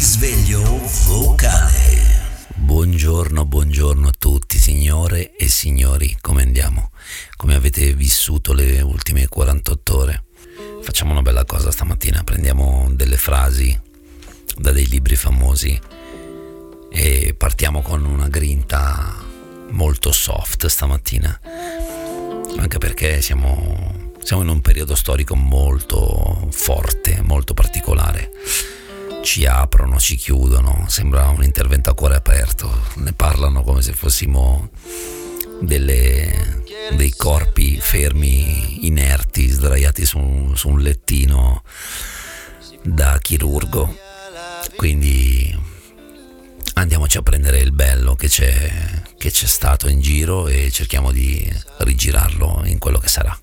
Risveglio vocale. Buongiorno a tutti, signore e signori, come andiamo? Come avete vissuto le ultime 48 ore? Facciamo una bella cosa stamattina, prendiamo delle frasi da dei libri famosi e partiamo con una grinta molto soft stamattina, anche perché siamo in un periodo storico molto forte, molto particolare. Ci aprono, ci chiudono, sembra un intervento a cuore aperto, ne parlano come se fossimo dei corpi fermi, inerti, sdraiati su un lettino da chirurgo. Quindi andiamoci a prendere il bello che c'è stato in giro e cerchiamo di rigirarlo in quello che sarà.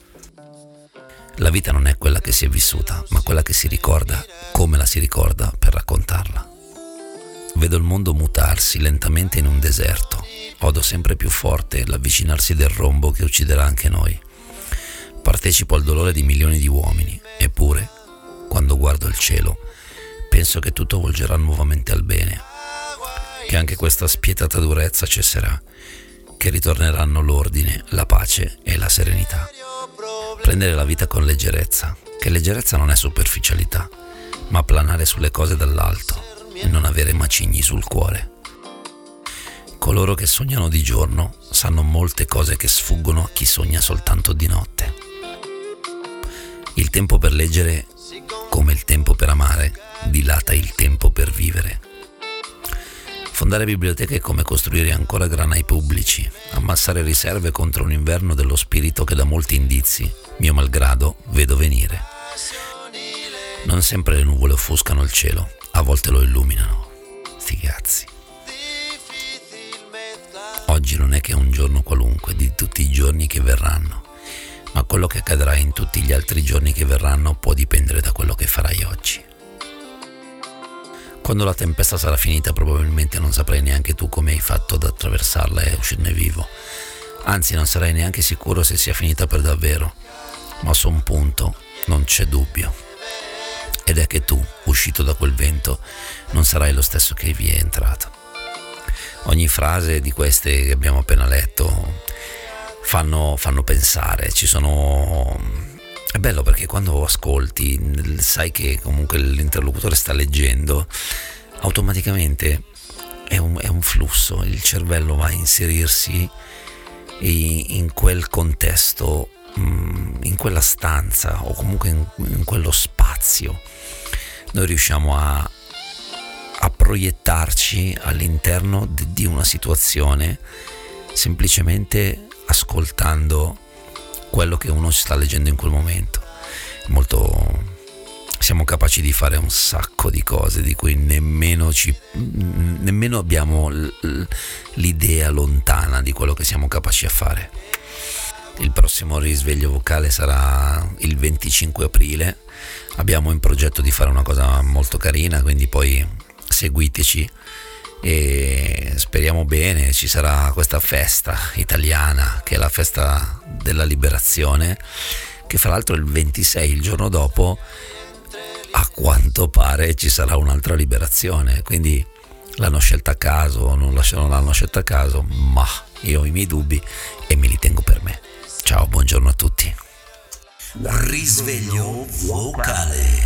La vita non è quella che si è vissuta, ma quella che si ricorda, come la si ricorda per raccontarla. Vedo il mondo mutarsi lentamente in un deserto. Odo sempre più forte l'avvicinarsi del rombo che ucciderà anche noi. Partecipo al dolore di milioni di uomini, eppure, quando guardo il cielo, penso che tutto volgerà nuovamente al bene, che anche questa spietata durezza cesserà, che ritorneranno l'ordine, la pace e la serenità. Prendere la vita con leggerezza, che leggerezza non è superficialità, ma planare sulle cose dall'alto e non avere macigni sul cuore. Coloro che sognano di giorno sanno molte cose che sfuggono a chi sogna soltanto di notte. Il tempo per leggere, come il tempo per amare, dilata il tempo per vivere. Fondare biblioteche è come costruire ancora granai pubblici, ammassare riserve contro un inverno dello spirito che da molti indizi, mio malgrado, vedo venire. Non sempre le nuvole offuscano il cielo, a volte lo illuminano. Sti cazzi. Oggi non è che è un giorno qualunque di tutti i giorni che verranno, ma quello che accadrà in tutti gli altri giorni che verranno può dipendere da quello che farai oggi. Quando la tempesta sarà finita probabilmente non saprai neanche tu come hai fatto ad attraversarla e uscirne vivo. Anzi, non sarai neanche sicuro se sia finita per davvero. Ma su un punto non c'è dubbio. Ed è che tu, uscito da quel vento, non sarai lo stesso che vi è entrato. Ogni frase di queste che abbiamo appena letto fanno pensare. È bello perché quando ascolti sai che comunque l'interlocutore sta leggendo, automaticamente è un flusso, il cervello va a inserirsi in quel contesto, in quella stanza o comunque in quello spazio. Noi riusciamo a proiettarci all'interno di una situazione semplicemente ascoltando quello che uno sta leggendo in quel momento. Siamo capaci di fare un sacco di cose di cui nemmeno abbiamo l'idea lontana di quello che siamo capaci a fare. Il prossimo risveglio vocale sarà il 25 aprile. Abbiamo in progetto di fare una cosa molto carina, quindi poi seguiteci e speriamo bene. Ci sarà questa festa italiana che è la festa della liberazione, che fra l'altro il 26, il giorno dopo, a quanto pare ci sarà un'altra liberazione, quindi l'hanno scelta a caso, non l'hanno scelta a caso, ma io ho i miei dubbi e me li tengo per me. Ciao, buongiorno a tutti. Risveglio vocale.